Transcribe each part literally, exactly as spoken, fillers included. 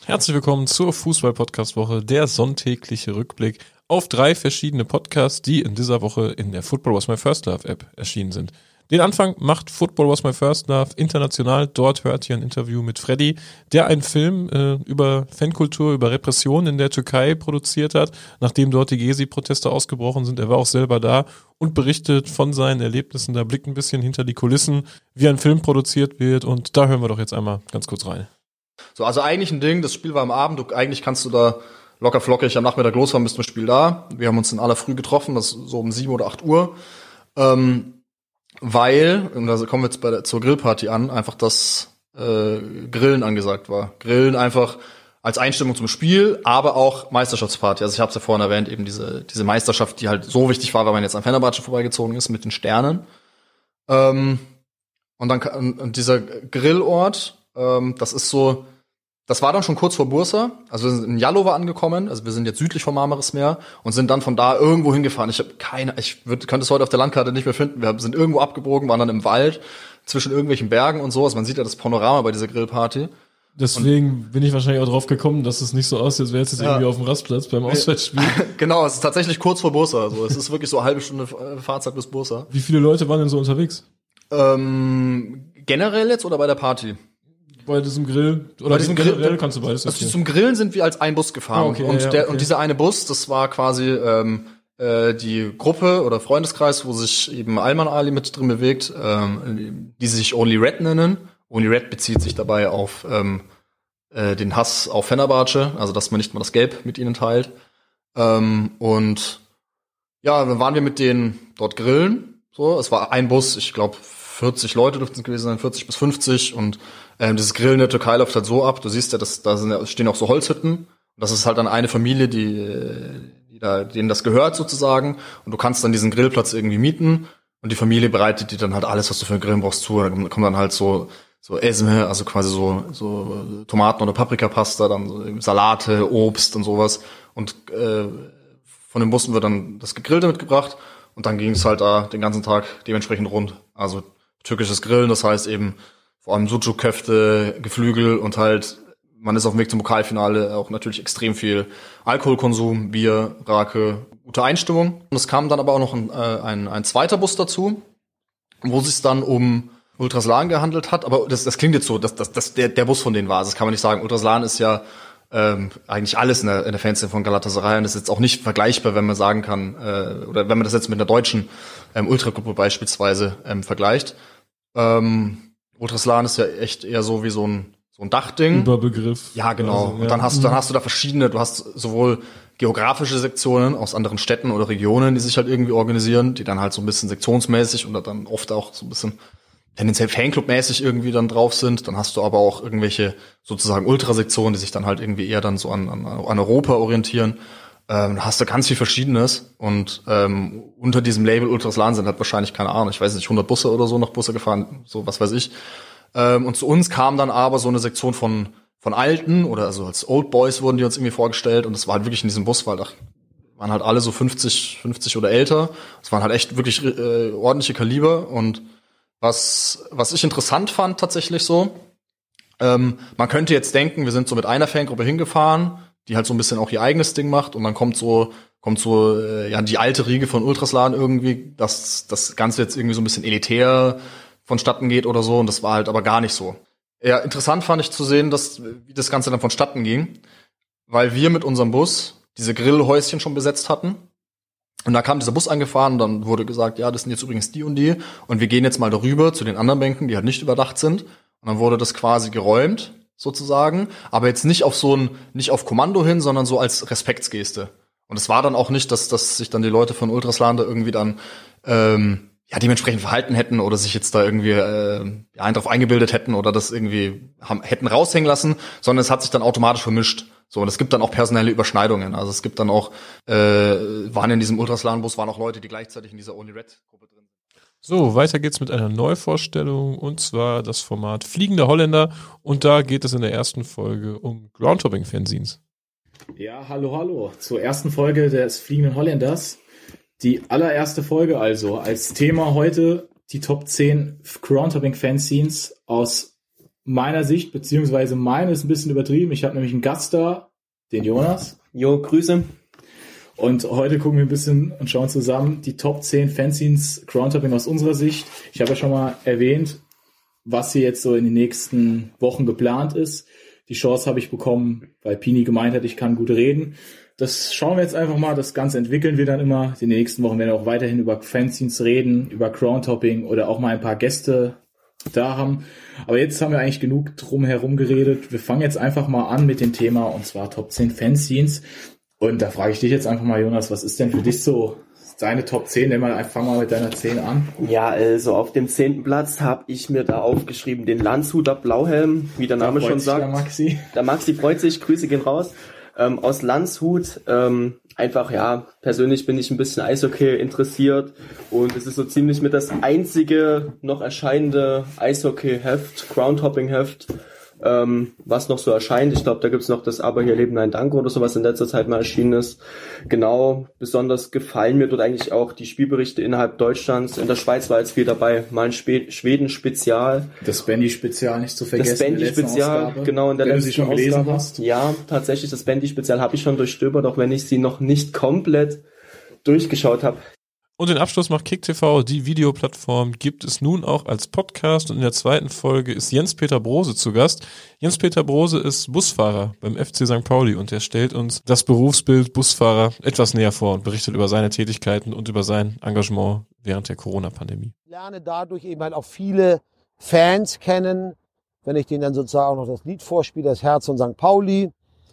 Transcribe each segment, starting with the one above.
Herzlich willkommen zur Fußball-Podcast-Woche, der sonntägliche Rückblick auf drei verschiedene Podcasts, die in dieser Woche in der Football Was My First Love App erschienen sind. Den Anfang macht Football Was My First Love international. Dort hört ihr ein Interview mit Freddy, der einen Film äh, über Fankultur, über Repression in der Türkei produziert hat, nachdem dort die Gezi-Proteste ausgebrochen sind. Er war auch selber da und berichtet von seinen Erlebnissen. Da blickt ein bisschen hinter die Kulissen, wie ein Film produziert wird, und da hören wir doch jetzt einmal ganz kurz rein. So, also eigentlich ein Ding, das Spiel war am Abend, du, eigentlich kannst du da locker flockig am Nachmittag losfahren, bist du im Spiel da. Wir haben uns in aller Früh getroffen, das ist so um sieben oder acht Uhr. Ähm, weil, und da kommen wir jetzt bei der, zur Grillparty an, einfach das äh, Grillen angesagt war. Grillen einfach als Einstimmung zum Spiel, aber auch Meisterschaftsparty. Also ich habe es ja vorhin erwähnt, eben diese diese Meisterschaft, die halt so wichtig war, weil man jetzt an Fenerbahce vorbeigezogen ist mit den Sternen. Ähm, und dann und dieser Grillort, ähm, das ist so, das war dann schon kurz vor Bursa. Also wir sind in Jalova angekommen, also wir sind jetzt südlich vom Marmarismeer und sind dann von da irgendwo hingefahren. Ich habe keine, ich würd, könnte es heute auf der Landkarte nicht mehr finden. Wir sind irgendwo abgebogen, waren dann im Wald zwischen irgendwelchen Bergen und so. Also man sieht ja das Panorama bei dieser Grillparty. Deswegen und bin ich wahrscheinlich auch drauf gekommen, dass es nicht so aussieht, als wäre es jetzt ja. irgendwie auf dem Rastplatz beim Auswärtsspiel. Genau, es ist tatsächlich kurz vor Bursa. Also es ist wirklich so eine halbe Stunde Fahrzeit bis Bursa. Wie viele Leute waren denn so unterwegs? Ähm, generell jetzt oder bei der Party? Bei diesem Grill, oder bei diesem Grill, Grill kannst du beides. Also zum Grillen sind wir als ein Bus gefahren. Ah, okay, und ja, der okay. und dieser eine Bus, das war quasi ähm, äh, die Gruppe oder Freundeskreis, wo sich eben Alman Ali mit drin bewegt, ähm, die sich Only Red nennen. Only Red bezieht sich dabei auf ähm, äh, den Hass auf Fenerbahce, also dass man nicht mal das Gelb mit ihnen teilt. Ähm, und ja, dann waren wir mit denen dort grillen. So, es war ein Bus, ich glaube vierzig Leute dürften es gewesen sein, vierzig bis fünfzig, und ähm, dieses Grillen in der Türkei läuft halt so ab, du siehst ja, dass da sind, ja, stehen auch so Holzhütten, und das ist halt dann eine Familie, die, die da, denen das gehört sozusagen, und du kannst dann diesen Grillplatz irgendwie mieten, und die Familie bereitet dir dann halt alles, was du für ein Grillen brauchst, zu, und dann kommt dann halt so so Esme, also quasi so so Tomaten- oder Paprikapasta, dann so Salate, Obst und sowas, und äh, von den Bussen wird dann das Gegrillte mitgebracht, und dann ging es halt da den ganzen Tag dementsprechend rund, also türkisches Grillen, das heißt eben vor allem Sucuk, Köfte, Geflügel, und halt, man ist auf dem Weg zum Pokalfinale, auch natürlich extrem viel Alkoholkonsum, Bier, Rake, gute Einstimmung. Und es kam dann aber auch noch ein, äh, ein, ein zweiter Bus dazu, wo es sich dann um Ultraslan gehandelt hat, aber das, das klingt jetzt so, dass, dass, dass der, der Bus von denen war, das kann man nicht sagen. Ultraslan ist ja ähm, eigentlich alles in der, in der Fanszene von Galatasaray, und das ist jetzt auch nicht vergleichbar, wenn man sagen kann, äh, oder wenn man das jetzt mit einer deutschen ähm, Ultragruppe beispielsweise ähm, vergleicht. Ähm, Ultraslan ist ja echt eher so wie so ein so ein Dachding. Überbegriff. Ja, genau. Also, ja. Und dann hast du dann hast du da verschiedene, du hast sowohl geografische Sektionen aus anderen Städten oder Regionen, die sich halt irgendwie organisieren, die dann halt so ein bisschen sektionsmäßig und dann oft auch so ein bisschen tendenziell Fanclub-mäßig irgendwie dann drauf sind. Dann hast du aber auch irgendwelche sozusagen Ultrasektionen, die sich dann halt irgendwie eher dann so an, an, an Europa orientieren. Ähm, da hast du ganz viel Verschiedenes, und ähm, unter diesem Label Ultraslan sind halt wahrscheinlich, keine Ahnung, ich weiß nicht, hundert Busse oder so nach Busse gefahren, so was weiß ich. Ähm, und zu uns kam dann aber so eine Sektion von von Alten, oder also als Old Boys wurden die uns irgendwie vorgestellt, und das war halt wirklich in diesem Bus, weil da waren halt alle so fünfzig, fünfzig oder älter. Das waren halt echt wirklich äh, ordentliche Kaliber, und was was ich interessant fand tatsächlich so, ähm, man könnte jetzt denken, wir sind so mit einer Fangruppe hingefahren, die halt so ein bisschen auch ihr eigenes Ding macht, und dann kommt so kommt so äh, ja die alte Riege von Ultraslan irgendwie, dass das Ganze jetzt irgendwie so ein bisschen elitär vonstatten geht oder so, und das war halt aber gar nicht so. Ja, interessant fand ich zu sehen, dass wie das Ganze dann vonstatten ging, weil wir mit unserem Bus diese Grillhäuschen schon besetzt hatten, und da kam dieser Bus angefahren, und dann wurde gesagt, ja, das sind jetzt übrigens die und die, und wir gehen jetzt mal darüber zu den anderen Bänken, die halt nicht überdacht sind, und dann wurde das quasi geräumt sozusagen, aber jetzt nicht auf so ein, nicht auf Kommando hin, sondern so als Respektsgeste. Und es war dann auch nicht, dass, dass sich dann die Leute von Ultraslan da irgendwie dann, ähm, ja, dementsprechend verhalten hätten oder sich jetzt da irgendwie, äh, ja, einen drauf eingebildet hätten oder das irgendwie haben, hätten raushängen lassen, sondern es hat sich dann automatisch vermischt. So, und es gibt dann auch personelle Überschneidungen. Also es gibt dann auch, äh, waren in diesem Ultraslan-Bus, waren auch Leute, die gleichzeitig in dieser Only Red-Gruppe drin sind. So, weiter geht's mit einer Neuvorstellung, und zwar das Format Fliegende Holländer, und da geht es in der ersten Folge um Groundhopping-Fanzines. Ja, hallo, hallo, zur ersten Folge des Fliegenden Holländers. Die allererste Folge also, als Thema heute die Top zehn Groundhopping-Fanzines aus meiner Sicht, beziehungsweise meine ist ein bisschen übertrieben. Ich habe nämlich einen Gast da, den Jonas. Jo, Grüße. Und heute gucken wir ein bisschen und schauen zusammen die Top zehn Fanzines Groundhopping aus unserer Sicht. Ich habe ja schon mal erwähnt, was hier jetzt so in den nächsten Wochen geplant ist. Die Chance habe ich bekommen, weil Pini gemeint hat, ich kann gut reden. Das schauen wir jetzt einfach mal. Das Ganze entwickeln wir dann immer. In den nächsten Wochen werden wir auch weiterhin über Fanzines reden, über Groundhopping oder auch mal ein paar Gäste da haben. Aber jetzt haben wir eigentlich genug drum herum geredet. Wir fangen jetzt einfach mal an mit dem Thema, und zwar Top zehn Fanzines. Und da frage ich dich jetzt einfach mal, Jonas, was ist denn für dich so deine Top zehn? Nimm mal, fang mal mit deiner zehn an. Ja, also auf dem zehnten Platz habe ich mir da aufgeschrieben den Landshuter Blauhelm, wie der Name schon sagt. Der Maxi. Der Maxi freut sich, Grüße gehen raus. Ähm, aus Landshut, ähm, einfach, ja, persönlich bin ich ein bisschen Eishockey interessiert und es ist so ziemlich mit das einzige noch erscheinende Eishockey-Heft, Groundhopping-Heft, ähm, was noch so erscheint. Ich glaube, da gibt's noch das Aber hier leben ein Dank oder sowas in letzter Zeit mal erschienen ist. Genau, besonders gefallen mir dort eigentlich auch die Spielberichte innerhalb Deutschlands. In der Schweiz war jetzt viel dabei, mal ein Sp- Schweden-Spezial. Das Bandy-Spezial nicht zu vergessen. Das Bandy-Spezial, genau, in der Wenn du letzten sie schon gelesen Ausgabe. hast. Ja, tatsächlich, das Bandy-Spezial habe ich schon durchstöbert, auch wenn ich sie noch nicht komplett durchgeschaut habe. Und den Abschluss macht KickTV, die Videoplattform, gibt es nun auch als Podcast und in der zweiten Folge ist Jens-Peter Brose zu Gast. Jens-Peter Brose ist Busfahrer beim F C Sankt Pauli und er stellt uns das Berufsbild Busfahrer etwas näher vor und berichtet über seine Tätigkeiten und über sein Engagement während der Corona-Pandemie. Ich lerne dadurch eben halt auch viele Fans kennen, wenn ich denen dann sozusagen auch noch das Lied vorspiele, das Herz von Sankt Pauli.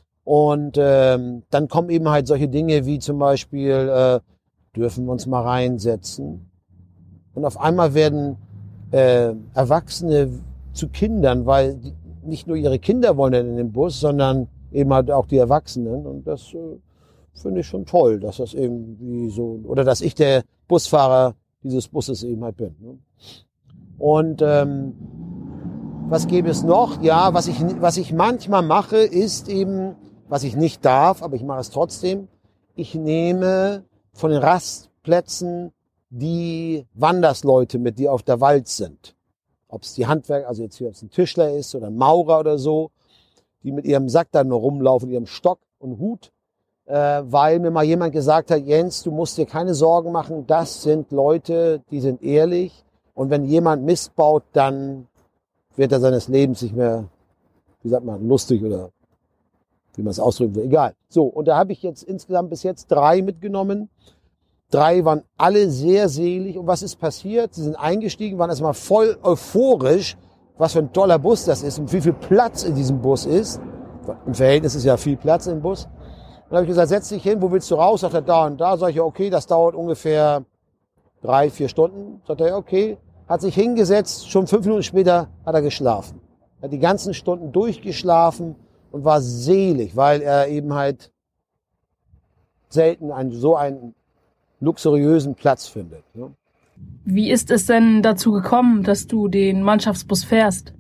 Und ähm, dann kommen eben halt solche Dinge wie zum Beispiel, äh, dürfen wir uns mal reinsetzen. Und auf einmal werden äh, Erwachsene zu Kindern, weil die, nicht nur ihre Kinder wollen dann in den Bus, sondern eben halt auch die Erwachsenen. Und das äh, finde ich schon toll, dass das irgendwie so, oder dass ich der Busfahrer dieses Busses eben halt bin. Ne? Und ähm, was gäbe es noch? Ja, was ich, was ich manchmal mache, ist eben, was ich nicht darf, aber ich mache es trotzdem. Ich nehme von den Rastplätzen die Wandersleute mit, die auf der Walz sind. Ob es die Handwerker, also jetzt hier ob es ein Tischler ist oder ein Maurer oder so, die mit ihrem Sack dann nur rumlaufen, ihrem Stock und Hut, äh, weil mir mal jemand gesagt hat, Jens, du musst dir keine Sorgen machen, das sind Leute, die sind ehrlich und wenn jemand Mist baut, dann wird er seines Lebens nicht mehr, wie sagt man, lustig oder wie man es ausdrücken will, egal. So, und da habe ich jetzt insgesamt bis jetzt drei mitgenommen. Drei waren alle sehr selig. Und was ist passiert? Sie sind eingestiegen, waren erstmal voll euphorisch, was für ein toller Bus das ist und wie viel Platz in diesem Bus ist. Im Verhältnis ist ja viel Platz im Bus. Und dann habe ich gesagt, setz dich hin, wo willst du raus? Sagt er, da und da. Sag ich, okay, das dauert ungefähr drei, vier Stunden. Sagt er, okay. Hat sich hingesetzt, schon fünf Minuten später hat er geschlafen. Hat die ganzen Stunden durchgeschlafen und war selig, weil er eben halt selten einen, so einen luxuriösen Platz findet. Ne? Wie ist es denn dazu gekommen, dass du den Mannschaftsbus fährst?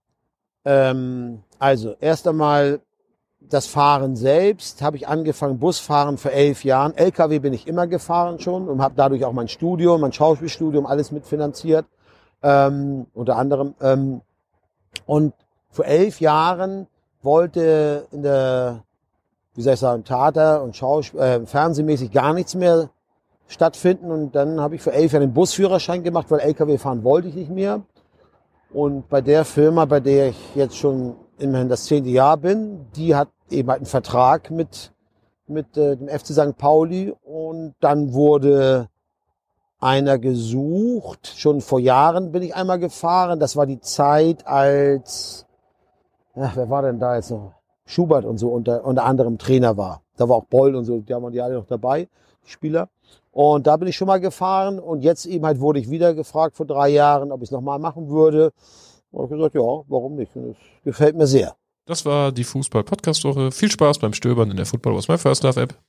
Ähm, also, erst einmal das Fahren selbst. Habe ich angefangen, Busfahren vor elf Jahren. L K W bin ich immer gefahren schon und habe dadurch auch mein Studium, mein Schauspielstudium, alles mitfinanziert. Ähm, unter anderem. Ähm, und vor elf Jahren wollte in der, wie soll ich sagen, Theater- und Schauspiel, äh, fernsehmäßig gar nichts mehr stattfinden. Und dann habe ich vor elf Jahren den Busführerschein gemacht, weil L K W fahren wollte ich nicht mehr. Und bei der Firma, bei der ich jetzt schon immerhin das zehnte Jahr bin, die hat eben halt einen Vertrag mit, mit äh, dem F C Sankt Pauli. Und dann wurde einer gesucht. Schon vor Jahren bin ich einmal gefahren. Das war die Zeit, als, ja, wer war denn da jetzt noch? Schubert und so unter, unter anderem Trainer war. Da war auch Boll und so, die haben die alle noch dabei, die Spieler. Und da bin ich schon mal gefahren und jetzt eben halt wurde ich wieder gefragt vor drei Jahren, ob ich es nochmal machen würde. Und ich habe gesagt, ja, warum nicht? Und das gefällt mir sehr. Das war die Fußball-Podcast-Woche. Viel Spaß beim Stöbern in der Football Was My First Love App.